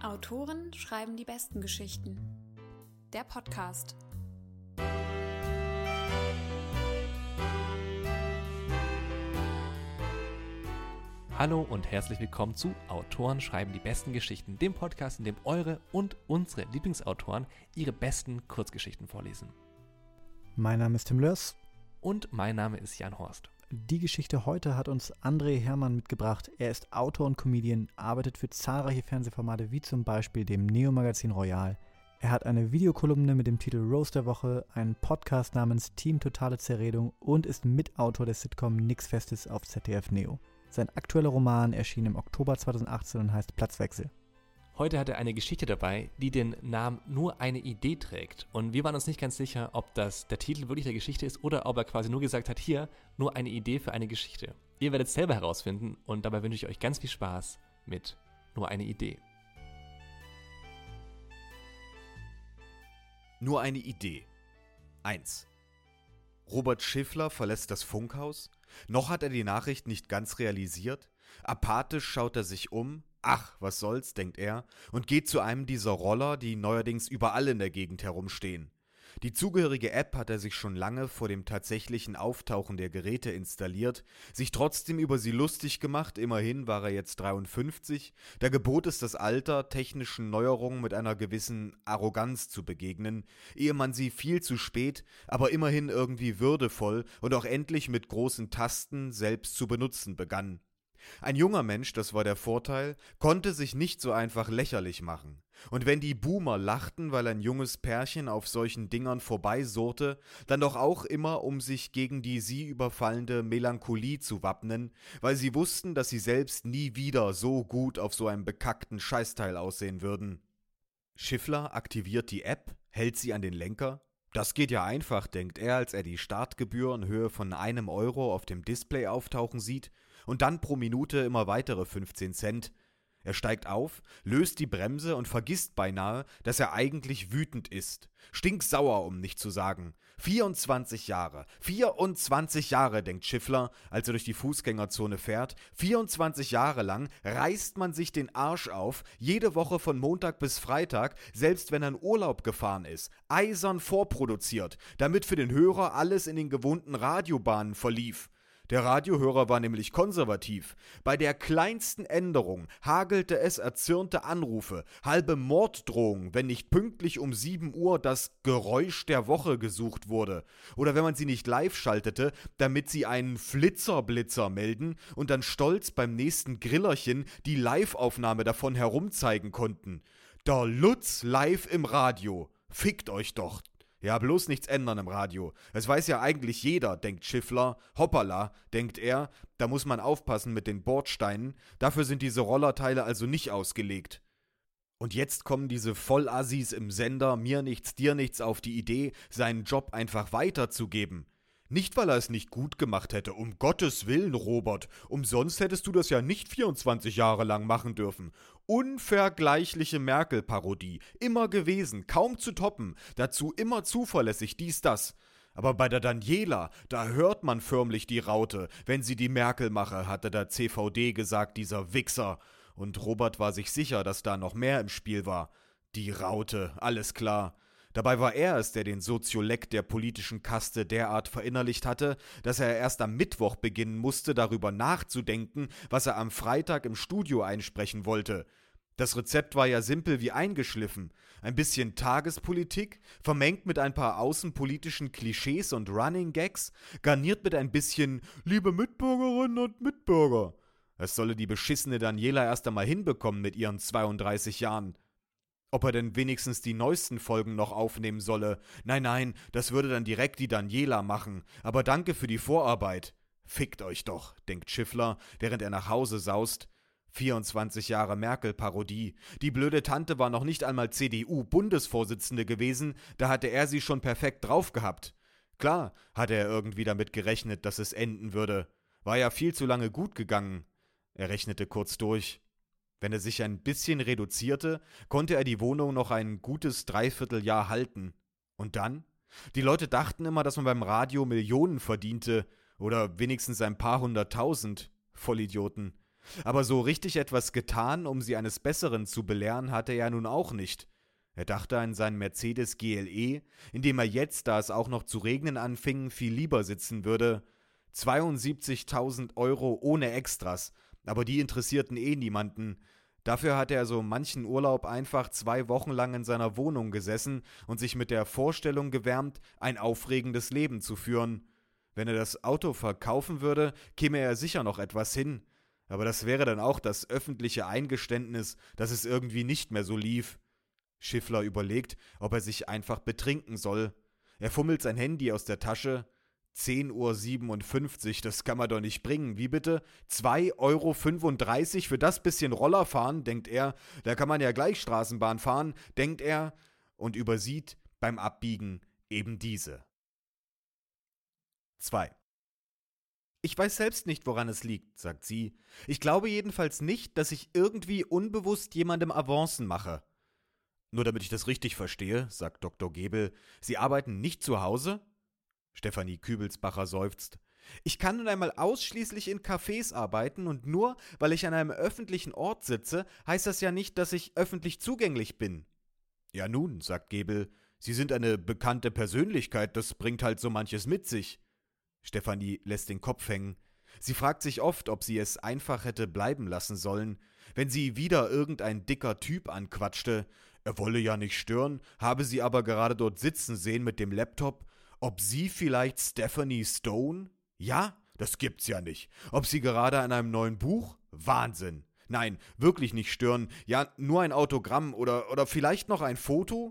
Autoren schreiben die besten Geschichten. Der Podcast. Hallo und herzlich willkommen zu Autoren schreiben die besten Geschichten, dem Podcast, in dem eure und unsere Lieblingsautoren ihre besten Kurzgeschichten vorlesen. Mein Name ist Tim Lörs. Und mein Name ist Jan Horst. Die Geschichte heute hat uns André Hermann mitgebracht. Er ist Autor und Comedian, arbeitet für zahlreiche Fernsehformate wie zum Beispiel dem Neo-Magazin Royal. Er hat eine Videokolumne mit dem Titel Roast der Woche, einen Podcast namens Team Totale Zerredung und ist Mitautor des Sitcom Nix Festes auf ZDF Neo. Sein aktueller Roman erschien im Oktober 2018 und heißt Platzwechsel. Heute hat er eine Geschichte dabei, die den Namen Nur eine Idee trägt. Und wir waren uns nicht ganz sicher, ob das der Titel wirklich der Geschichte ist oder ob er quasi nur gesagt hat, hier, nur eine Idee für eine Geschichte. Ihr werdet es selber herausfinden und dabei wünsche ich euch ganz viel Spaß mit Nur eine Idee. Nur eine Idee. 1. Robert Schiffler verlässt das Funkhaus. Noch hat er die Nachricht nicht ganz realisiert. Apathisch schaut er sich um. Ach, was soll's, denkt er, und geht zu einem dieser Roller, die neuerdings überall in der Gegend herumstehen. Die zugehörige App hat er sich schon lange vor dem tatsächlichen Auftauchen der Geräte installiert, sich trotzdem über sie lustig gemacht, immerhin war er jetzt 53, da gebot es das Alter, technischen Neuerungen mit einer gewissen Arroganz zu begegnen, ehe man sie viel zu spät, aber immerhin irgendwie würdevoll und auch endlich mit großen Tasten selbst zu benutzen begann. Ein junger Mensch, das war der Vorteil, konnte sich nicht so einfach lächerlich machen. Und wenn die Boomer lachten, weil ein junges Pärchen auf solchen Dingern vorbeisurrte, dann doch auch immer, um sich gegen die sie überfallende Melancholie zu wappnen, weil sie wussten, dass sie selbst nie wieder so gut auf so einem bekackten Scheißteil aussehen würden. Schiffler aktiviert die App, hält sie an den Lenker. Das geht ja einfach, denkt er, als er die Startgebühr in Höhe von €1 auf dem Display auftauchen sieht und dann pro Minute immer weitere 15 Cent. Er steigt auf, löst die Bremse und vergisst beinahe, dass er eigentlich wütend ist. Stinksauer, um nicht zu sagen. 24 Jahre, denkt Schiffler, als er durch die Fußgängerzone fährt. 24 Jahre lang reißt man sich den Arsch auf, jede Woche von Montag bis Freitag, selbst wenn er in Urlaub gefahren ist, eisern vorproduziert, damit für den Hörer alles in den gewohnten Radiobahnen verlief. Der Radiohörer war nämlich konservativ. Bei der kleinsten Änderung hagelte es erzürnte Anrufe, halbe Morddrohungen, wenn nicht pünktlich um 7 Uhr das Geräusch der Woche gesucht wurde. Oder wenn man sie nicht live schaltete, damit sie einen Flitzerblitzer melden und dann stolz beim nächsten Grillerchen die Live-Aufnahme davon herumzeigen konnten. Der Lutz live im Radio. Fickt euch doch. Ja, bloß nichts ändern im Radio. Es weiß ja eigentlich jeder, denkt Schiffler. Hoppala, denkt er, da muss man aufpassen mit den Bordsteinen. Dafür sind diese Rollerteile also nicht ausgelegt. Und jetzt kommen diese Vollassis im Sender, mir nichts, dir nichts, auf die Idee, seinen Job einfach weiterzugeben. Nicht, weil er es nicht gut gemacht hätte, um Gottes Willen, Robert. Umsonst hättest du das ja nicht 24 Jahre lang machen dürfen. Unvergleichliche Merkel-Parodie. Immer gewesen, kaum zu toppen. Dazu immer zuverlässig, dies, das. Aber bei der Daniela, da hört man förmlich die Raute, wenn sie die Merkel mache, hatte der CVD gesagt, dieser Wichser. Und Robert war sich sicher, dass da noch mehr im Spiel war. Die Raute, alles klar. Dabei war er es, der den Soziolekt der politischen Kaste derart verinnerlicht hatte, dass er erst am Mittwoch beginnen musste, darüber nachzudenken, was er am Freitag im Studio einsprechen wollte. Das Rezept war ja simpel wie eingeschliffen. Ein bisschen Tagespolitik, vermengt mit ein paar außenpolitischen Klischees und Running Gags, garniert mit ein bisschen liebe Mitbürgerinnen und Mitbürger. Es solle die beschissene Daniela erst einmal hinbekommen mit ihren 32 Jahren. Ob er denn wenigstens die neuesten Folgen noch aufnehmen solle. Nein, das würde dann direkt die Daniela machen. Aber danke für die Vorarbeit. Fickt euch doch, denkt Schiffler, während er nach Hause saust. 24 Jahre Merkel-Parodie. Die blöde Tante war noch nicht einmal CDU-Bundesvorsitzende gewesen, da hatte er sie schon perfekt drauf gehabt. Klar hatte er irgendwie damit gerechnet, dass es enden würde. War ja viel zu lange gut gegangen. Er rechnete kurz durch. Wenn er sich ein bisschen reduzierte, konnte er die Wohnung noch ein gutes Dreivierteljahr halten. Und dann? Die Leute dachten immer, dass man beim Radio Millionen verdiente oder wenigstens ein paar 100.000. Vollidioten. Aber so richtig etwas getan, um sie eines Besseren zu belehren, hatte er nun auch nicht. Er dachte an seinen Mercedes GLE, in dem er jetzt, da es auch noch zu regnen anfing, viel lieber sitzen würde. 72.000 € ohne Extras, aber die interessierten niemanden. Dafür hatte er so manchen Urlaub einfach 2 Wochen lang in seiner Wohnung gesessen und sich mit der Vorstellung gewärmt, ein aufregendes Leben zu führen. Wenn er das Auto verkaufen würde, käme er sicher noch etwas hin. Aber das wäre dann auch das öffentliche Eingeständnis, dass es irgendwie nicht mehr so lief. Schiffler überlegt, ob er sich einfach betrinken soll. Er fummelt sein Handy aus der Tasche. 10:57 Uhr, das kann man doch nicht bringen. Wie bitte? 2,35 € für das bisschen Roller fahren, denkt er. Da kann man ja gleich Straßenbahn fahren, denkt er, und übersieht beim Abbiegen eben diese. 2. Ich weiß selbst nicht, woran es liegt, sagt sie. Ich glaube jedenfalls nicht, dass ich irgendwie unbewusst jemandem Avancen mache. Nur damit ich das richtig verstehe, sagt Dr. Gebel, Sie arbeiten nicht zu Hause? Stefanie Kübelsbacher seufzt. Ich kann nun einmal ausschließlich in Cafés arbeiten und nur, weil ich an einem öffentlichen Ort sitze, heißt das ja nicht, dass ich öffentlich zugänglich bin. Ja nun, sagt Gebel, Sie sind eine bekannte Persönlichkeit, das bringt halt so manches mit sich. Stefanie lässt den Kopf hängen. Sie fragt sich oft, ob sie es einfach hätte bleiben lassen sollen, wenn sie wieder irgendein dicker Typ anquatschte. Er wolle ja nicht stören, habe sie aber gerade dort sitzen sehen mit dem Laptop. Ob sie vielleicht Stephanie Stone? Ja, das gibt's ja nicht. Ob sie gerade an einem neuen Buch? Wahnsinn. Nein, wirklich nicht stören. Ja, nur ein Autogramm oder vielleicht noch ein Foto?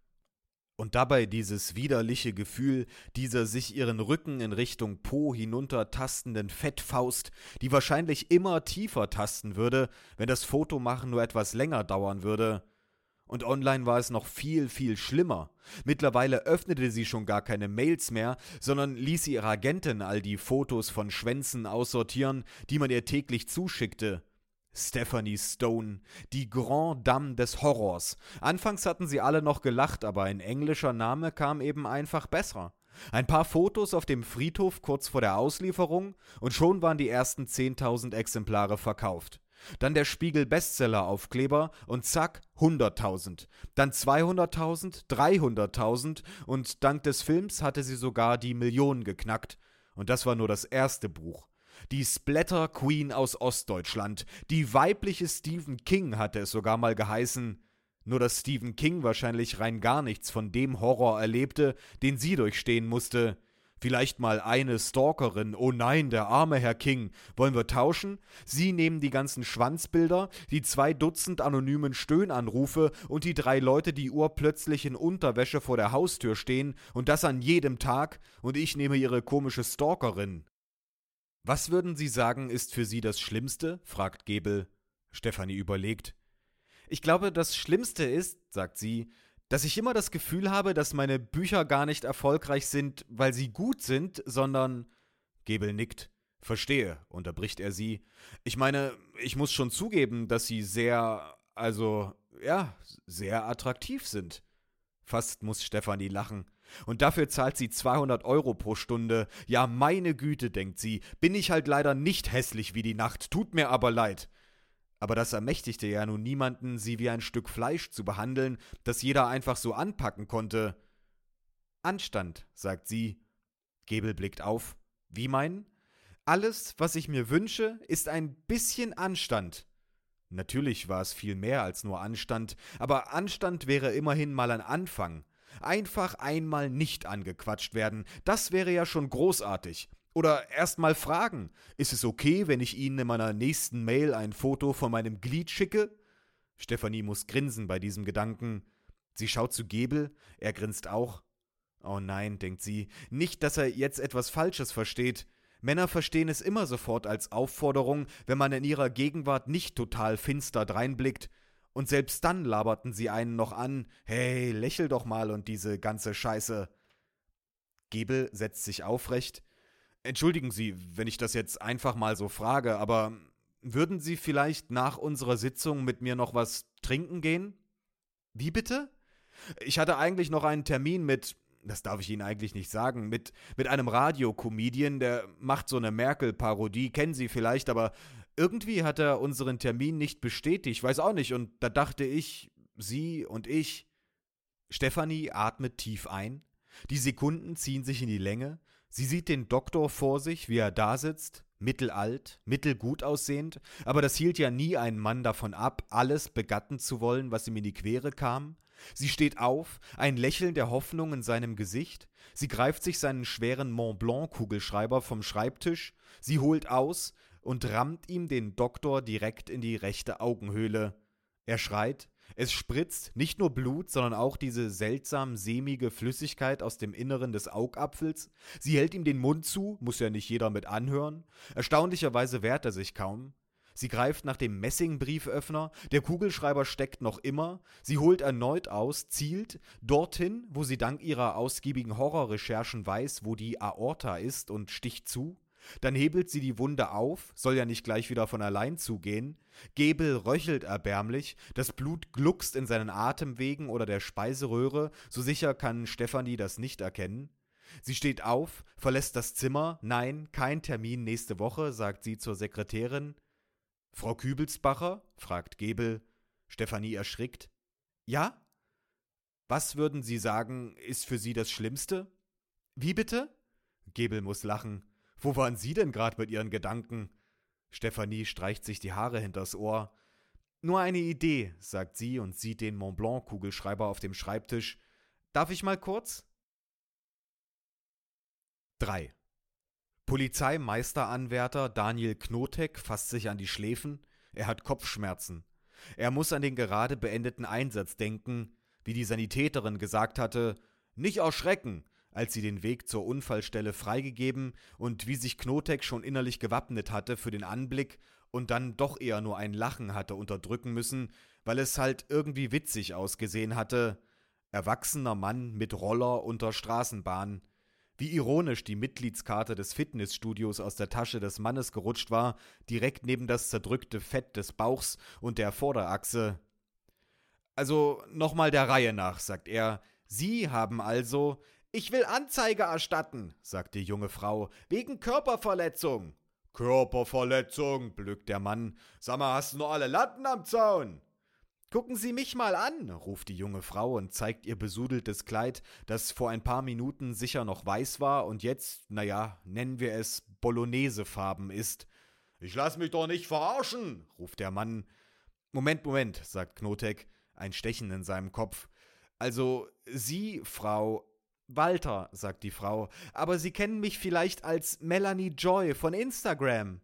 Und dabei dieses widerliche Gefühl, dieser sich ihren Rücken in Richtung Po hinuntertastenden Fettfaust, die wahrscheinlich immer tiefer tasten würde, wenn das Fotomachen nur etwas länger dauern würde. Und online war es noch viel, viel schlimmer. Mittlerweile öffnete sie schon gar keine Mails mehr, sondern ließ ihre Agentin all die Fotos von Schwänzen aussortieren, die man ihr täglich zuschickte. Stephanie Stone, die Grand Dame des Horrors. Anfangs hatten sie alle noch gelacht, aber ein englischer Name kam eben einfach besser. Ein paar Fotos auf dem Friedhof kurz vor der Auslieferung und schon waren die ersten 10.000 Exemplare verkauft. Dann der Spiegel-Bestseller-Aufkleber und zack, 100.000. Dann 200.000, 300.000 und dank des Films hatte sie sogar die Million geknackt. Und das war nur das erste Buch. Die Splatter Queen aus Ostdeutschland, die weibliche Stephen King hatte es sogar mal geheißen. Nur dass Stephen King wahrscheinlich rein gar nichts von dem Horror erlebte, den sie durchstehen musste. Vielleicht mal eine Stalkerin, oh nein, der arme Herr King. Wollen wir tauschen? Sie nehmen die ganzen Schwanzbilder, die 2 Dutzend anonymen Stöhnanrufe und die 3 Leute, die urplötzlich in Unterwäsche vor der Haustür stehen und das an jedem Tag und ich nehme ihre komische Stalkerin. Was würden Sie sagen, ist für Sie das Schlimmste? Fragt Gebel. Stefanie überlegt. Ich glaube, das Schlimmste ist, sagt sie, dass ich immer das Gefühl habe, dass meine Bücher gar nicht erfolgreich sind, weil sie gut sind, sondern… Gebel nickt. Verstehe, unterbricht er sie. Ich meine, ich muss schon zugeben, dass sie sehr attraktiv sind. Fast muss Stefanie lachen. Und dafür zahlt sie 200 € pro Stunde. Ja, meine Güte, denkt sie, bin ich halt leider nicht hässlich wie die Nacht, tut mir aber leid. Aber das ermächtigte ja nun niemanden, sie wie ein Stück Fleisch zu behandeln, das jeder einfach so anpacken konnte. Anstand, sagt sie. Gebel blickt auf. Wie meinen? Alles, was ich mir wünsche, ist ein bisschen Anstand. Natürlich war es viel mehr als nur Anstand, aber Anstand wäre immerhin mal ein Anfang. Einfach einmal nicht angequatscht werden, das wäre ja schon großartig. Oder erst mal fragen, ist es okay, wenn ich Ihnen in meiner nächsten Mail ein Foto von meinem Glied schicke? Stefanie muss grinsen bei diesem Gedanken. Sie schaut zu Gebel, er grinst auch. Oh nein, denkt sie, nicht, dass er jetzt etwas Falsches versteht. Männer verstehen es immer sofort als Aufforderung, wenn man in ihrer Gegenwart nicht total finster dreinblickt. Und selbst dann laberten sie einen noch an, hey, lächel doch mal und diese ganze Scheiße. Gebel setzt sich aufrecht. Entschuldigen Sie, wenn ich das jetzt einfach mal so frage, aber würden Sie vielleicht nach unserer Sitzung mit mir noch was trinken gehen? Wie bitte? Ich hatte eigentlich noch einen Termin mit, das darf ich Ihnen eigentlich nicht sagen, mit einem Radiokomedian, der macht so eine Merkel-Parodie, kennen Sie vielleicht, aber Irgendwie hat er unseren Termin nicht bestätigt, weiß auch nicht, und da dachte ich, sie und ich. Stefanie atmet tief ein. Die Sekunden ziehen sich in die Länge. Sie sieht den Doktor vor sich, wie er da sitzt, mittelalt, mittelgut aussehend, aber das hielt ja nie einen Mann davon ab, alles begatten zu wollen, was ihm in die Quere kam. Sie steht auf, ein Lächeln der Hoffnung in seinem Gesicht. Sie greift sich seinen schweren Montblanc-Kugelschreiber vom Schreibtisch. Sie holt aus und rammt ihm den Doktor direkt in die rechte Augenhöhle. Er schreit. Es spritzt nicht nur Blut, sondern auch diese seltsam sämige Flüssigkeit aus dem Inneren des Augapfels. Sie hält ihm den Mund zu, muss ja nicht jeder mit anhören. Erstaunlicherweise wehrt er sich kaum. Sie greift nach dem Messingbrieföffner, der Kugelschreiber steckt noch immer. Sie holt erneut aus, zielt dorthin, wo sie dank ihrer ausgiebigen Horrorrecherchen weiß, wo die Aorta ist, und sticht zu. Dann hebelt sie die Wunde auf, soll ja nicht gleich wieder von allein zugehen. Gebel röchelt erbärmlich, das Blut gluckst in seinen Atemwegen oder der Speiseröhre, so sicher kann Stefanie das nicht erkennen. Sie steht auf, verlässt das Zimmer. Nein, kein Termin nächste Woche, sagt sie zur Sekretärin. »Frau Kübelsbacher?« fragt Gebel. Stefanie erschrickt. »Ja?« »Was würden Sie sagen, ist für Sie das Schlimmste?« »Wie bitte?« Gebel muss lachen. »Wo waren Sie denn gerade mit Ihren Gedanken?« Stefanie streicht sich die Haare hinters Ohr. »Nur eine Idee«, sagt sie und sieht den Montblanc-Kugelschreiber auf dem Schreibtisch. »Darf ich mal kurz?« 3. Polizeimeisteranwärter Daniel Knotek fasst sich an die Schläfen. Er hat Kopfschmerzen. Er muss an den gerade beendeten Einsatz denken, wie die Sanitäterin gesagt hatte, nicht erschrecken, als sie den Weg zur Unfallstelle freigegeben und wie sich Knotek schon innerlich gewappnet hatte für den Anblick und dann doch eher nur ein Lachen hatte unterdrücken müssen, weil es halt irgendwie witzig ausgesehen hatte. Erwachsener Mann mit Roller unter Straßenbahn. Wie ironisch die Mitgliedskarte des Fitnessstudios aus der Tasche des Mannes gerutscht war, direkt neben das zerdrückte Fett des Bauchs und der Vorderachse. »Also, nochmal der Reihe nach«, sagt er. »Sie haben also...« »Ich will Anzeige erstatten«, sagt die junge Frau, »wegen Körperverletzung.« »Körperverletzung«, blökt der Mann. »Sag mal, hast du noch alle Latten am Zaun?« »Gucken Sie mich mal an«, ruft die junge Frau und zeigt ihr besudeltes Kleid, das vor ein paar Minuten sicher noch weiß war und jetzt, nennen wir es Bolognesefarben ist. »Ich lass mich doch nicht verarschen«, ruft der Mann. Moment«, sagt Knotek, ein Stechen in seinem Kopf. »Also, Sie, Frau...« »Walter«, sagt die Frau, »aber Sie kennen mich vielleicht als Melanie Joy von Instagram.«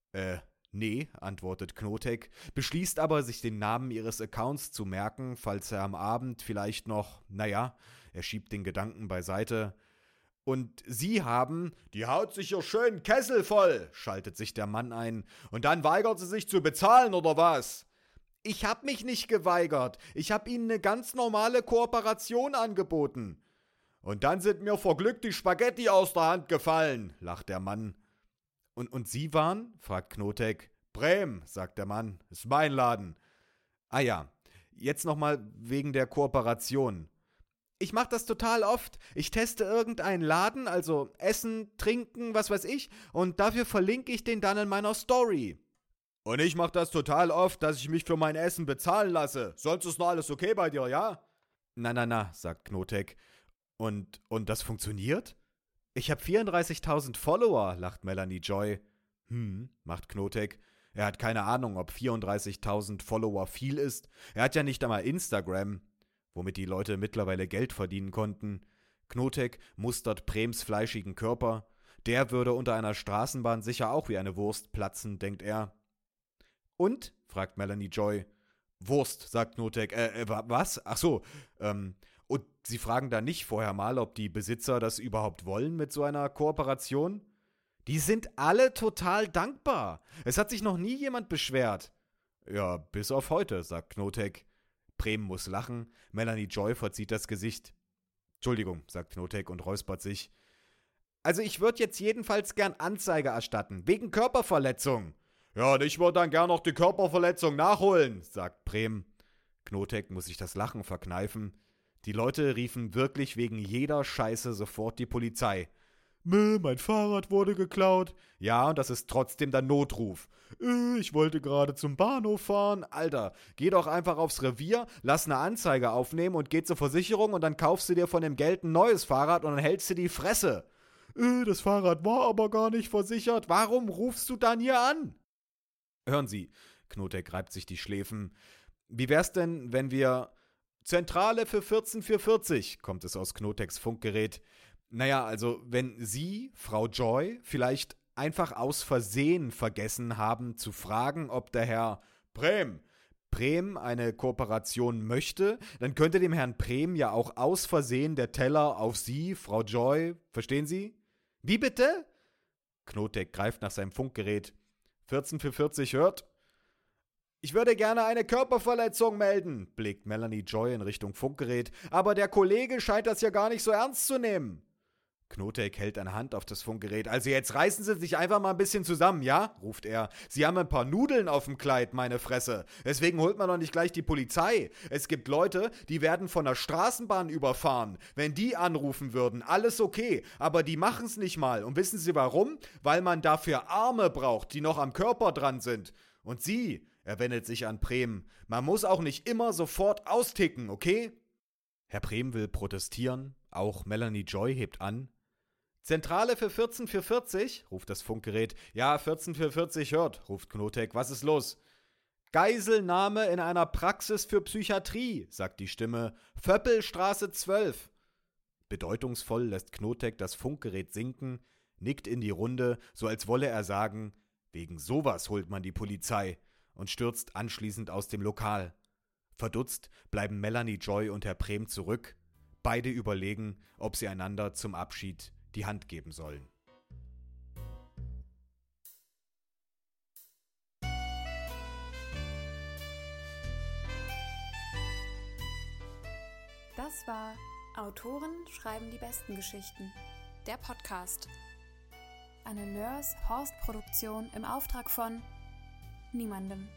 Nee«, antwortet Knotek, beschließt aber, sich den Namen ihres Accounts zu merken, falls er am Abend vielleicht noch, er schiebt den Gedanken beiseite. »Und Sie haben...« »Die haut sich hier schön Kessel voll«, schaltet sich der Mann ein. »Und dann weigert sie sich zu bezahlen, oder was?« »Ich hab mich nicht geweigert. Ich hab Ihnen eine ganz normale Kooperation angeboten.« »Und dann sind mir vor Glück die Spaghetti aus der Hand gefallen«, lacht der Mann. »Und Sie waren?«, fragt Knotek. »Bremen«, sagt der Mann, »ist mein Laden.« »Ah ja, jetzt nochmal wegen der Kooperation.« »Ich mach das total oft. Ich teste irgendeinen Laden, also Essen, Trinken, was weiß ich, und dafür verlinke ich den dann in meiner Story.« »Und ich mach das total oft, dass ich mich für mein Essen bezahlen lasse. Sonst ist noch alles okay bei dir, ja?« »Na«, sagt Knotek. Und das funktioniert?« »Ich hab 34.000 Follower«, lacht Melanie Joy. Macht Knotek. Er hat keine Ahnung, ob 34.000 Follower viel ist. Er hat ja nicht einmal Instagram, womit die Leute mittlerweile Geld verdienen konnten. Knotek mustert Brems fleischigen Körper. Der würde unter einer Straßenbahn sicher auch wie eine Wurst platzen, denkt er. »Und?«, fragt Melanie Joy. »Wurst«, sagt Knotek. Was? Ach so, Und Sie fragen da nicht vorher mal, ob die Besitzer das überhaupt wollen mit so einer Kooperation? Die sind alle total dankbar. Es hat sich noch nie jemand beschwert. Ja, bis auf heute, sagt Knotek. Bremen muss lachen. Melanie Joy verzieht das Gesicht. Entschuldigung, sagt Knotek und räuspert sich. Also ich würde jetzt jedenfalls gern Anzeige erstatten, wegen Körperverletzung. Ja, und ich würde dann gern noch die Körperverletzung nachholen, sagt Bremen. Knotek muss sich das Lachen verkneifen. Die Leute riefen wirklich wegen jeder Scheiße sofort die Polizei. Mein Fahrrad wurde geklaut. Ja, und das ist trotzdem der Notruf. Ich wollte gerade zum Bahnhof fahren. Alter, geh doch einfach aufs Revier, lass eine Anzeige aufnehmen und geh zur Versicherung und dann kaufst du dir von dem Geld ein neues Fahrrad und dann hältst du die Fresse. Das Fahrrad war aber gar nicht versichert. Warum rufst du dann hier an? Hören Sie, Knotek reibt sich die Schläfen. Wie wär's denn, wenn wir... Zentrale für 14440, kommt es aus Knoteks Funkgerät. Naja, also wenn Sie, Frau Joy, vielleicht einfach aus Versehen vergessen haben zu fragen, ob der Herr Brehm eine Kooperation möchte, dann könnte dem Herrn Brehm ja auch aus Versehen der Teller auf Sie, Frau Joy, verstehen Sie? Wie bitte? Knotek greift nach seinem Funkgerät. 14440 hört. Ich würde gerne eine Körperverletzung melden, blickt Melanie Joy in Richtung Funkgerät, aber der Kollege scheint das ja gar nicht so ernst zu nehmen. Knotek hält eine Hand auf das Funkgerät. Also jetzt reißen Sie sich einfach mal ein bisschen zusammen, ja? Ruft er. Sie haben ein paar Nudeln auf dem Kleid, meine Fresse. Deswegen holt man doch nicht gleich die Polizei. Es gibt Leute, die werden von der Straßenbahn überfahren. Wenn die anrufen würden, alles okay. Aber die machen's nicht mal. Und wissen Sie warum? Weil man dafür Arme braucht, die noch am Körper dran sind. Und Sie, er wendet sich an Brehm, man muss auch nicht immer sofort austicken, okay? Herr Brehm will protestieren. Auch Melanie Joy hebt an. Zentrale für 14440, ruft das Funkgerät. Ja, 14440 hört, ruft Knotek. Was ist los? Geiselnahme in einer Praxis für Psychiatrie, sagt die Stimme. Vöppelstraße 12. Bedeutungsvoll lässt Knotek das Funkgerät sinken, nickt in die Runde, so als wolle er sagen, wegen sowas holt man die Polizei, und stürzt anschließend aus dem Lokal. Verdutzt bleiben Melanie Joy und Herr Brehm zurück. Beide überlegen, ob sie einander zum Abschied die Hand geben sollen. Das war Autoren schreiben die besten Geschichten. Der Podcast. Eine Nörs-Horst-Produktion im Auftrag von niemandem.